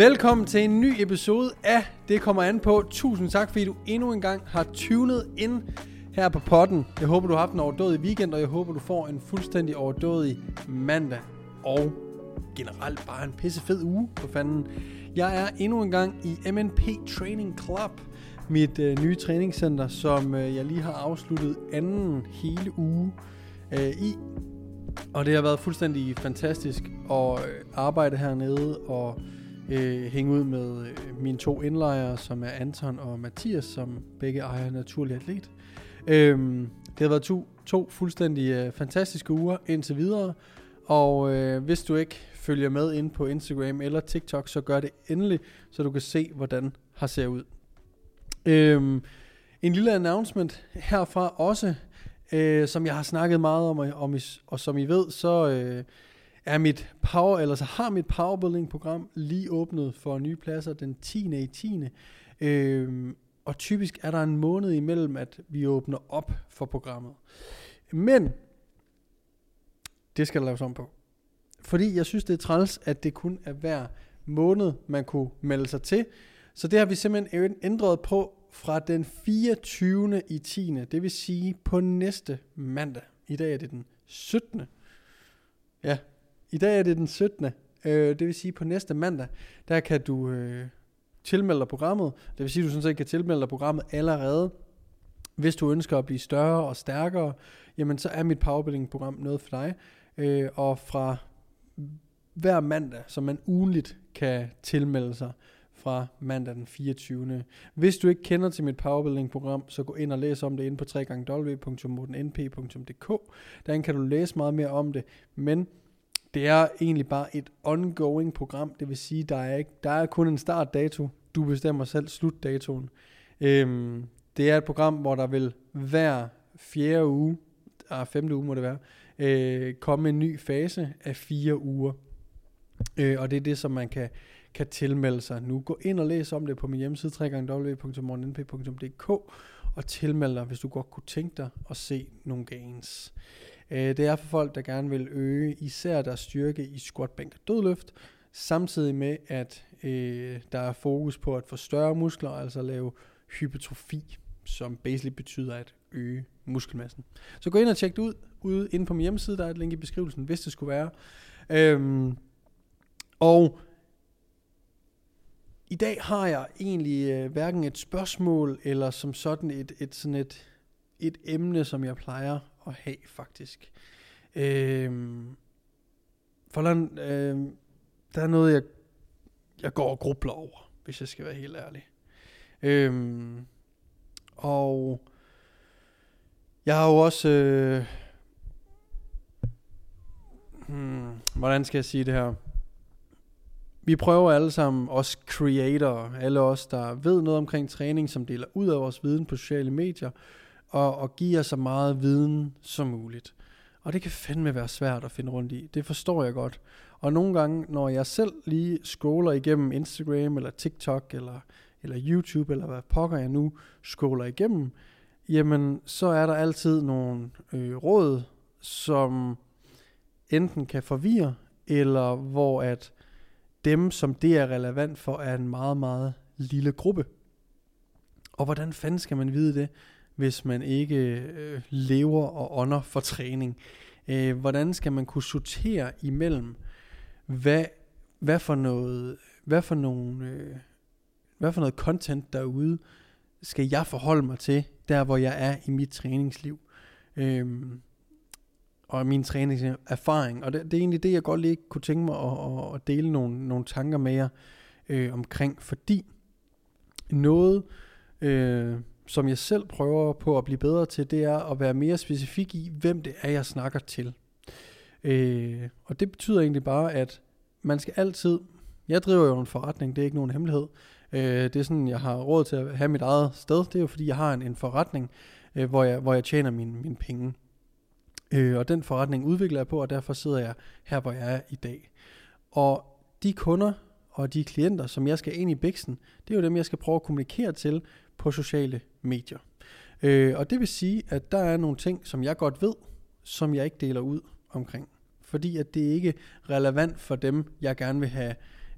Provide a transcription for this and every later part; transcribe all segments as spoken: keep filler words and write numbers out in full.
Velkommen til en ny episode af Det Kommer An På. Tusind tak, fordi du endnu en gang har tunet ind her på podden. Jeg håber, du har haft en overdådig weekend, og jeg håber, du får en fuldstændig overdådig mandag. Og generelt bare en pissefed uge, for fanden. Jeg er endnu en gang i M N P Training Club, mit øh, nye træningscenter, som øh, jeg lige har afsluttet anden hele uge øh, i. Og det har været fuldstændig fantastisk at øh, arbejde hernede og øh, hænge ud med øh, mine to indlejere, som er Anton og Mathias, som begge ejer Naturlig Atlet. Øh, det har været to, to fuldstændig øh, fantastiske uger indtil videre. Og øh, hvis du ikke følger med ind på Instagram eller TikTok, så gør det endelig, så du kan se, hvordan det har ser ud. Øh, en lille announcement herfra også, øh, som jeg har snakket meget om, om og som I ved, så øh, er mit power, eller så har mit powerbuilding-program lige åbnet for nye pladser den tiende i tiende Øh, og typisk er der en måned imellem, at vi åbner op for programmet. Men det skal der laves om på. Fordi jeg synes, det er træls, at det kun er hver måned, man kunne melde sig til. Så det har vi simpelthen ændret på fra den fireogtyvende i tiende Det vil sige på næste mandag. I dag er det den syttende Ja, i dag er det den syttende Øh, det vil sige på næste mandag, der kan du øh, tilmelde dig programmet. Det vil sige, at du sådan set kan tilmelde dig programmet allerede. Hvis du ønsker at blive større og stærkere, jamen så er mit powerbuilding-program noget for dig. Øh, og fra hver mandag, så man ugenligt kan tilmelde sig fra mandag den fireogtyvende Hvis du ikke kender til mit powerbuilding-program, så gå ind og læs om det inde på w w w punktum morten n p punktum d k. Derinde kan du læse meget mere om det, men det er egentlig bare et ongoing program. Det vil sige, der er ikke, der er kun en startdato. Du bestemmer selv slutdatoen. Øhm, det er et program, hvor der vil hver fjerde uge, ah, femte uge må det være, øh, komme en ny fase af fire uger. Øh, og det er det, som man kan, kan tilmelde sig nu. Gå ind og læs om det på min hjemmeside w w w punktum morten n p punktum d k og tilmeld dig, hvis du godt kunne tænke dig at se nogle gains. Øh, det er for folk, der gerne vil øge især deres styrke i squat, bænk og dødløft, samtidig med, at øh, der er fokus på at få større muskler, altså lave hypertrofi, som basically betyder at øge muskelmassen. Så gå ind og tjek det ud, ude inde på min hjemmeside, der er et link i beskrivelsen, hvis det skulle være. Øhm, og i dag har jeg egentlig øh, hverken et spørgsmål, eller som sådan et, et, sådan et, et emne, som jeg plejer at have faktisk. Øhm, for der, øh, der er noget, jeg, jeg går og grubler over, hvis jeg skal være helt ærlig. Øhm, og jeg har jo også øh, hmm, hvordan skal jeg sige det her? Vi prøver alle sammen, os creator, alle os, der ved noget omkring træning, som deler ud af vores viden på sociale medier, og, og giver så meget viden som muligt. Og det kan fandme være svært at finde rundt i. Det forstår jeg godt. Og nogle gange, når jeg selv lige scroller igennem Instagram, eller TikTok, eller, eller YouTube, eller hvad pokker jeg nu scroller igennem, jamen så er der altid nogle øh, råd, som enten kan forvirre, eller hvor at dem, som det er relevant for, er en meget, meget lille gruppe. Og hvordan fanden skal man vide det, hvis man ikke øh, lever og ånder for træning? Øh, hvordan skal man kunne sortere imellem, hvad, hvad for noget, hvad for nogle, øh, hvad for noget content derude skal jeg forholde mig til, der hvor jeg er i mit træningsliv, øhm, og min træningserfaring. Og det, det er egentlig det, jeg godt lige kunne tænke mig at, at, at dele nogle, nogle tanker med jer øh, omkring, fordi noget, øh, som jeg selv prøver på at blive bedre til, det er at være mere specifik i, hvem det er, jeg snakker til. Øh, og det betyder egentlig bare, at man skal altid, jeg driver jo en forretning, det er ikke nogen hemmelighed, øh, det er sådan, jeg har råd til at have mit eget sted, det er jo fordi, jeg har en, en forretning, øh, hvor, jeg, hvor jeg tjener mine, mine penge. Øh, og den forretning udvikler jeg på, og derfor sidder jeg her, hvor jeg er i dag. Og de kunder og de klienter, som jeg skal ind i biksen, det er jo dem, jeg skal prøve at kommunikere til på sociale medier. Øh, og det vil sige, at der er nogle ting, som jeg godt ved, som jeg ikke deler ud omkring. Fordi at det ikke er relevant for dem, jeg gerne vil have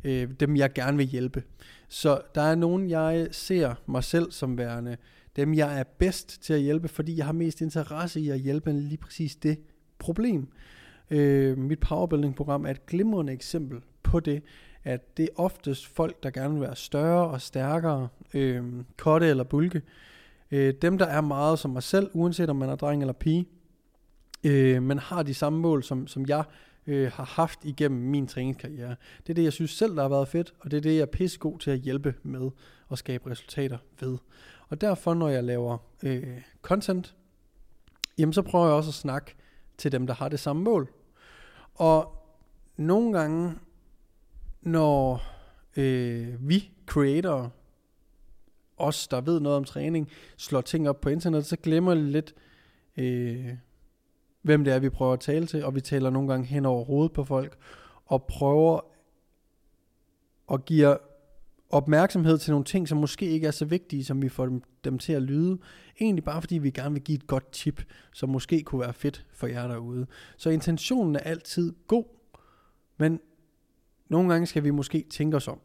øh, dem jeg gerne vil hjælpe. Så der er nogen, jeg ser mig selv som værende, dem jeg er bedst til at hjælpe, fordi jeg har mest interesse i at hjælpe lige præcis det problem. Øh, mit powerbuilding-program er et glimrende eksempel på det, at det er oftest folk, der gerne vil være større og stærkere, øh, kotte eller bulke. Øh, dem, der er meget som mig selv, uanset om man er dreng eller pige, øh, men har de samme mål, som, som jeg øh, har haft igennem min træningskarriere. Det er det, jeg synes selv, der har været fedt, og det er det, jeg er pissegod til at hjælpe med at skabe resultater ved. Og derfor, når jeg laver øh, content, jamen så prøver jeg også at snakke til dem, der har det samme mål. Og nogle gange, når øh, vi creator, os der ved noget om træning, slår ting op på internet, så glemmer jeg lidt, øh, hvem det er, vi prøver at tale til, og vi taler nogle gange hen over hovedet på folk, og prøver at give opmærksomhed til nogle ting, som måske ikke er så vigtige, som vi får dem, dem til at lyde. Egentlig bare fordi vi gerne vil give et godt tip, som måske kunne være fedt for jer derude. Så intentionen er altid god, men nogle gange skal vi måske tænke os om.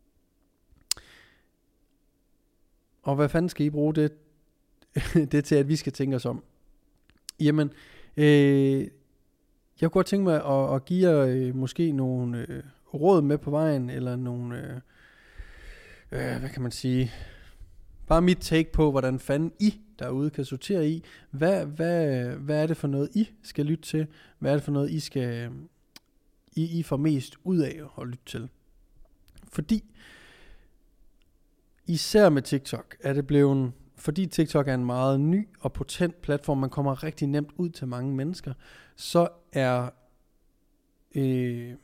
Og hvad fanden skal I bruge det, det til, at vi skal tænke os om? Jamen, øh, jeg kunne godt tænke mig at, at give jer øh, måske nogle øh, råd med på vejen, eller nogle, øh, øh, hvad kan man sige, bare mit take på, hvordan fanden I derude kan sortere i. Hvad, hvad, hvad er det for noget, I skal lytte til? Hvad er det for noget, I skal I, I får mest ud af at lytte til? Fordi især med TikTok er det blevet, fordi TikTok er en meget ny og potent platform, man kommer rigtig nemt ud til mange mennesker, så er øh,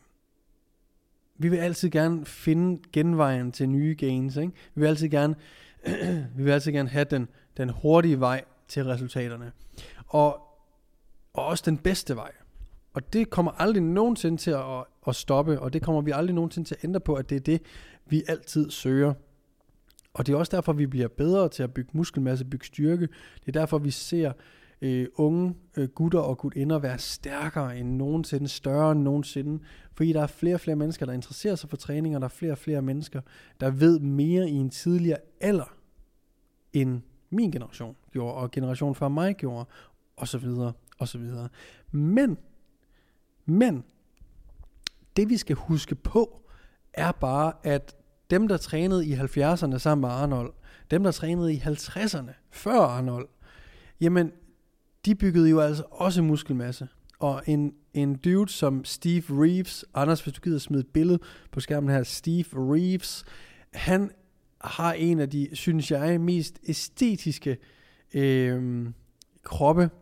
vi vil altid gerne finde genvejen til nye gains, ikke? Vi vil altid gerne vi vil altid gerne have den, den hurtige vej til resultaterne, og, og også den bedste vej. Og det kommer aldrig nogensinde til at, at stoppe, og det kommer vi aldrig nogensinde til at ændre på, at det er det, vi altid søger. Og det er også derfor, vi bliver bedre til at bygge muskelmasse, bygge styrke. Det er derfor, vi ser øh, unge øh, gutter og gutinder være stærkere end nogensinde, større end nogensinde. Fordi der er flere og flere mennesker, der interesserer sig for træning, og der er flere og flere mennesker, der ved mere i en tidligere alder, end min generation gjorde, og generationen før mig gjorde, og så videre, og så videre. Men, men, det vi skal huske på, er bare, at dem, der trænede i halvfjerdserne sammen med Arnold, dem, der trænede i halvtredserne før Arnold, jamen, de byggede jo altså også muskelmasse. Og en, en dude som Steve Reeves, Anders, hvis du gider smide et billede på skærmen her, Steve Reeves, han har en af de, synes jeg, mest æstetiske øh, kroppe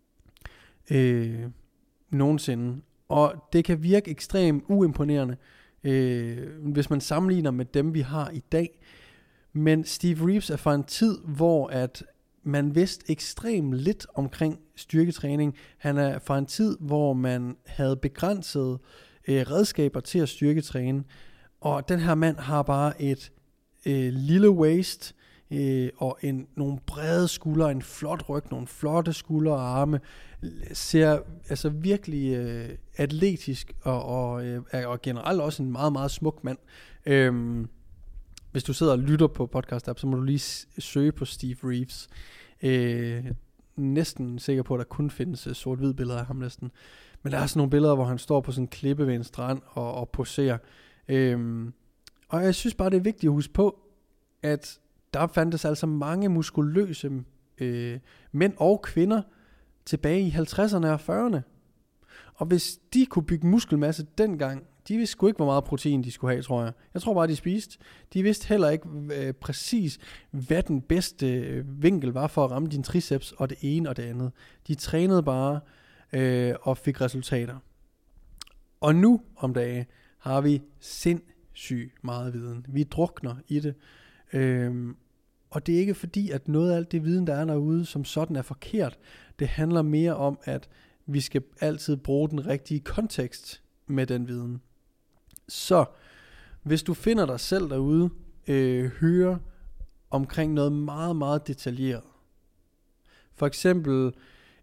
øh, nogensinde. Og det kan virke ekstremt uimponerende, øh, hvis man sammenligner med dem, vi har i dag. Men Steve Reeves er fra en tid, hvor at man vidste ekstremt lidt omkring styrketræning. Han er fra en tid, hvor man havde begrænset øh, redskaber til at styrketræne. Og den her mand har bare et øh, lille waist øh, og en, nogle brede skuldre, en flot ryg, nogle flotte skuldre og arme. Ser altså virkelig øh, atletisk og, og, øh, og generelt også en meget, meget smuk mand. Øhm, hvis du sidder og lytter på podcast app, så må du lige søge på Steve Reeves. Øh, næsten sikker på, at der kun findes sort-hvid billeder af ham næsten. Men der er sådan nogle billeder, hvor han står på sådan en klippe ved en strand og, og poserer. Øhm, og jeg synes bare, det er vigtigt at huske på, at der fandtes altså mange muskuløse øh, mænd og kvinder tilbage i halvtredserne og fyrrerne. Og hvis de kunne bygge muskelmasse dengang, de vidste sgu ikke, hvor meget protein de skulle have, tror jeg. Jeg tror bare, de spiste. De vidste heller ikke øh, præcis, hvad den bedste øh, vinkel var for at ramme din triceps og det ene og det andet. De trænede bare øh, og fik resultater. Og nu om dagen har vi sindssygt meget viden. Vi drukner i det. Øh, og det er ikke fordi, at noget af alt det viden, der er derude, som sådan er forkert. Det handler mere om, at vi skal altid bruge den rigtige kontekst med den viden. Så hvis du finder dig selv derude, øh, hører omkring noget meget, meget detaljeret. For eksempel,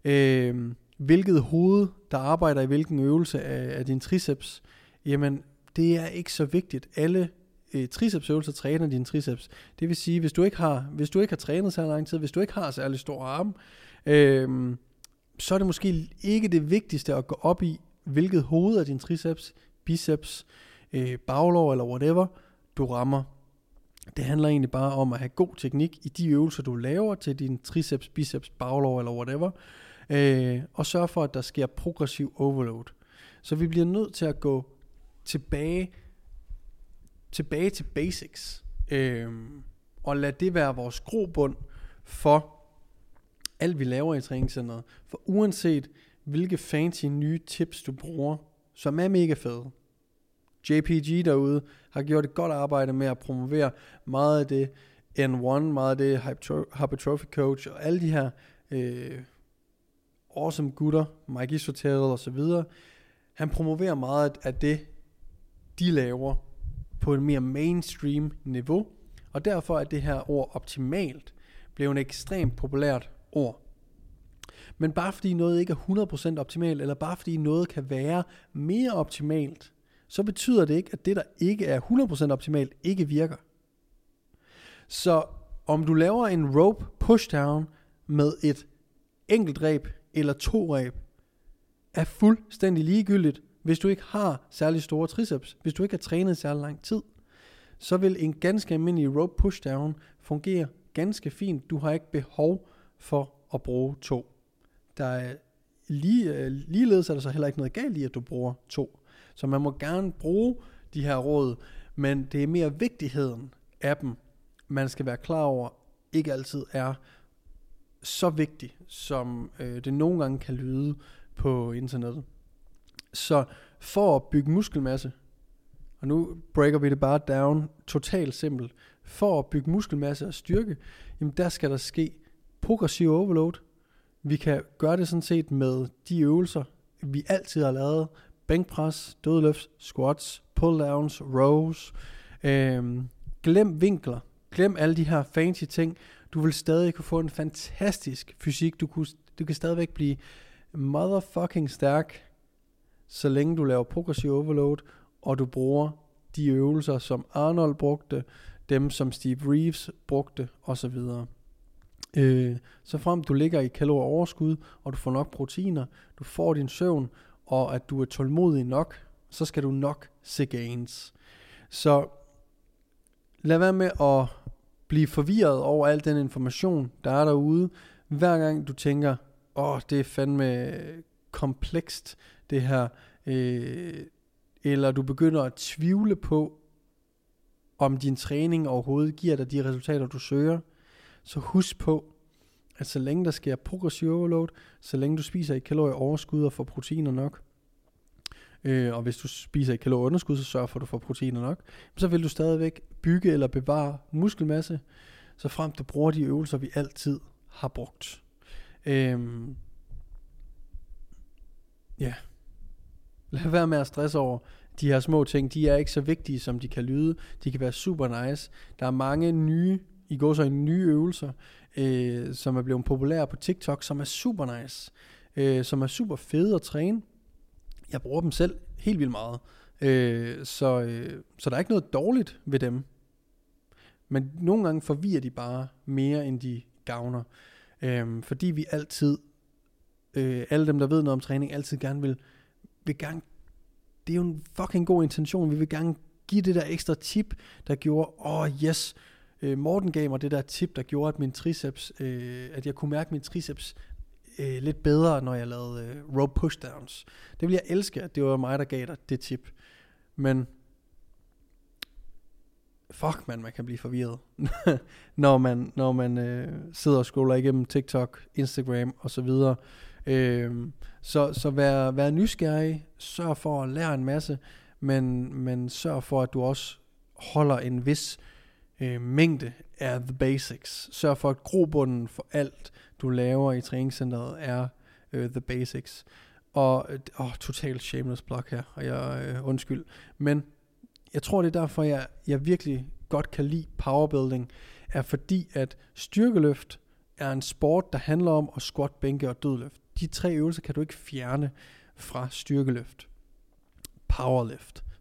øh, hvilket hoved, der arbejder i hvilken øvelse af, af din triceps, jamen det er ikke så vigtigt. Alle øh, tricepsøvelser træner dine triceps. Det vil sige, hvis du ikke har, hvis du ikke har trænet så lang tid, hvis du ikke har særlig store arme, øh, så er det måske ikke det vigtigste at gå op i, hvilket hoved af din triceps, biceps, øh, baglår eller whatever, du rammer. Det handler egentlig bare om at have god teknik i de øvelser, du laver til din triceps, biceps, baglår eller whatever, øh, og sørge for, at der sker progressiv overload. Så vi bliver nødt til at gå tilbage, tilbage til basics, øh, og lad det være vores grobund for alt vi laver i træningscenteret. For uanset hvilke fancy nye tips du bruger, som er mega fede. J P G derude har gjort et godt arbejde med at promovere meget af det N et, meget af det Hypertrophy Coach og alle de her øh, awesome gutter, Mike Isotel og så videre. Han promoverer meget af det, de laver på et mere mainstream niveau, og derfor er det her ord optimalt blevet et ekstremt populært ord. Men bare fordi noget ikke er hundrede procent optimalt, eller bare fordi noget kan være mere optimalt, så betyder det ikke, at det, der ikke er hundrede procent optimalt, ikke virker. Så om du laver en rope pushdown med et enkelt reb eller to reb, er fuldstændig ligegyldigt, hvis du ikke har særlig store triceps, hvis du ikke har trænet særlig lang tid, så vil en ganske almindelig rope pushdown fungere ganske fint. Du har ikke behov for at bruge to. Der er lige, ligeledes er der så heller ikke noget galt i, at du bruger to. Så man må gerne bruge de her råd, men det er mere vigtigheden af dem, man skal være klar over, ikke altid er så vigtig, som øh, det nogle gange kan lyde på internettet. Så for at bygge muskelmasse, og nu breaker vi det bare down, totalt simpelt, for at bygge muskelmasse og styrke, jamen der skal der ske progressiv overload. Vi kan gøre det sådan set med de øvelser, vi altid har lavet: bænkpres, dødløft, squats, pull-downs, rows. Øhm, glem vinkler. Glem alle de her fancy ting. Du vil stadig kunne få en fantastisk fysik. Du, kunne, du kan stadigvæk blive motherfucking stærk, så længe du laver progressiv overload, og du bruger de øvelser, som Arnold brugte, dem som Steve Reeves brugte, osv. Øh, så frem du ligger i kalorieoverskud, og du får nok proteiner, du får din søvn, og at du er tålmodig nok, så skal du nok se gains. Så lad være med at blive forvirret over al den information, der er derude. Hver gang du tænker, åh, det er fandme komplekst, det her, øh, eller du begynder at tvivle på, om din træning overhovedet giver dig de resultater, du søger, så husk på, at så længe der sker progressiv overload, så længe du spiser i kalorieoverskud og får proteiner nok, øh, og hvis du spiser i kalorieunderskud, så sørg for, at du får proteiner nok, så vil du stadigvæk bygge eller bevare muskelmasse, så frem du bruger de øvelser, vi altid har brugt. Øhm, ja. Lad være med at stresse over de her små ting. De er ikke så vigtige, som de kan lyde. De kan være super nice. Der er mange nye, i går så en nye øvelser, øh, som er blevet populære på TikTok, som er super nice. Øh, som er super fede at træne. Jeg bruger dem selv helt vildt meget. Øh, så, øh, så der er ikke noget dårligt ved dem. Men nogle gange forvirrer de bare mere, end de gavner. Øh, fordi vi altid, øh, alle dem, der ved noget om træning, altid gerne vil, vil gerne, det er jo en fucking god intention, vi vil gerne give det der ekstra tip, der gjorde, åh oh yes, øh, Morten gav mig det der tip, der gjorde, at min triceps, øh, at jeg kunne mærke min triceps øh, lidt bedre, når jeg lavede øh, rope pushdowns. Det ville jeg elske, at det var mig, der gav dig det tip. Men fuck man, man kan blive forvirret, når man, når man øh, sidder og scroller igennem TikTok, Instagram og så videre. Øh, så så vær, vær nysgerrig, sørg for at lære en masse, men, men sørg for, at du også holder en vis øh, mængde af the basics. Sørg for, at grobunden for alt, du laver i træningscenteret, er øh, the basics. Og øh, totalt shameless plug her, og jeg øh, undskyld, men jeg tror, det er derfor, jeg, jeg virkelig godt kan lide powerbuilding, er fordi, at styrkeløft er en sport, der handler om at squat, bænke og dødløft. De tre øvelser kan du ikke fjerne fra styrkeløft. Powerlift.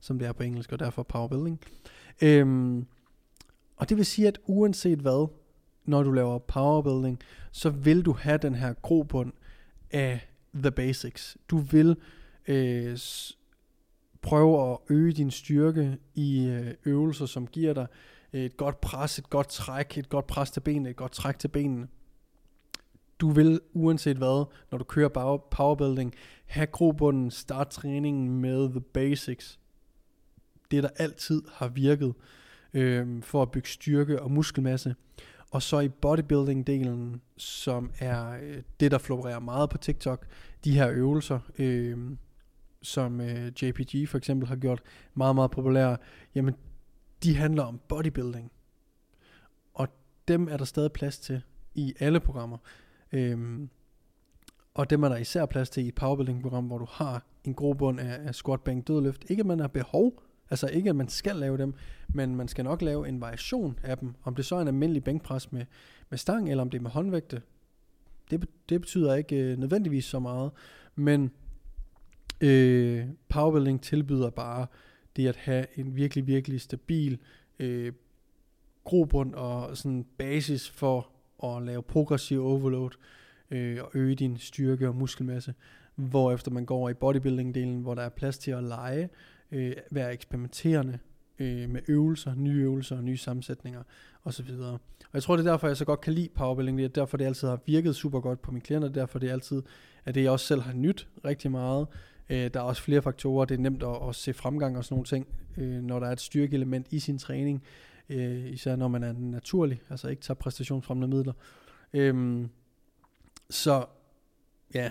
som det er på engelsk, og derfor powerbuilding. Øhm, og det vil sige, at uanset hvad, når du laver powerbuilding, så vil du have den her grobund af the basics. Du vil øh, s- prøve at øge din styrke i øh, øvelser, som giver dig et godt pres, et godt træk, et godt pres til benene, et godt træk til benene. Du vil uanset hvad, når du kører powerbuilding, have grobunden, start træningen med the basics. Det der altid har virket øh, for at bygge styrke og muskelmasse. Og så i bodybuilding-delen, som er øh, det, der florerer meget på TikTok, de her øvelser, øh, som øh, J P G for eksempel har gjort meget, meget populære, jamen de handler om bodybuilding. Og dem er der stadig plads til i alle programmer. Øhm, og dem er der især plads til i et powerbuilding-program, hvor du har en grobund af, af squat, bænk, dødløft. Ikke at man har behov, altså ikke at man skal lave dem, men man skal nok lave en variation af dem. Om det så er en almindelig bænkpres med, med stang, eller om det er med håndvægte, det, det betyder ikke øh, nødvendigvis så meget. Men øh, powerbuilding tilbyder bare det at have en virkelig, virkelig stabil øh, grobund og sådan basis for at lave progressiv overload øh, og øge din styrke og muskelmasse, hvorefter man går over i bodybuilding-delen, hvor der er plads til at lege, øh, være eksperimenterende øh, med øvelser, nye øvelser og nye sammensætninger osv. Og jeg tror, det er derfor, jeg så godt kan lide powerbuilding, det er derfor, det altid har virket super godt på mine klienter, derfor det er altid, at det jeg også selv har nyt rigtig meget. Øh, der er også flere faktorer, det er nemt at, at se fremgang og sådan nogle ting, øh, når der er et styrkeelement i sin træning, øh, især når man er naturlig, altså ikke tager præstationsfremmende midler. Øhm, så ja,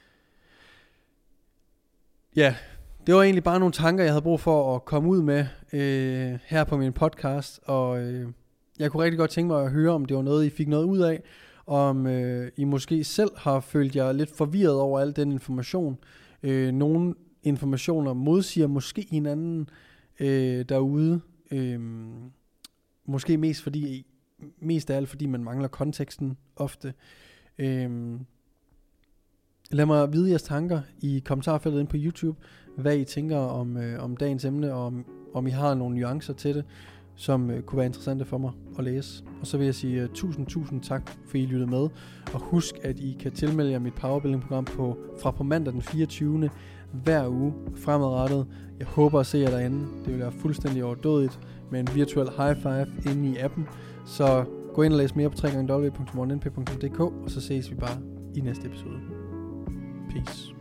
ja, det var egentlig bare nogle tanker, jeg havde brug for at komme ud med øh, her på min podcast, og øh, jeg kunne rigtig godt tænke mig at høre, om det var noget, I fik noget ud af, om øh, I måske selv har følt jer lidt forvirret over al den information. Øh, nogle informationer modsiger måske hinanden øh, derude, øh, måske mest fordi mest af alt fordi man mangler konteksten ofte. Øh, lad mig vide jeres tanker i kommentarfeltet inde på YouTube, hvad I tænker om, øh, om dagens emne, og om, om I har nogle nuancer til det, som øh, kunne være interessante for mig at læse. Og så vil jeg sige uh, tusind, tusind tak, for I lyttede med. Og husk, at I kan tilmelde jer mit powerbuilding-program på, fra på mandag den fireogtyvende hver uge fremadrettet. Jeg håber at se jer derinde. Det vil være fuldstændig overdådigt med en virtuel high five inde i appen. Så gå ind og læs mere på w w w punktum morten n p punktum d k, og så ses vi bare i næste episode. Peace.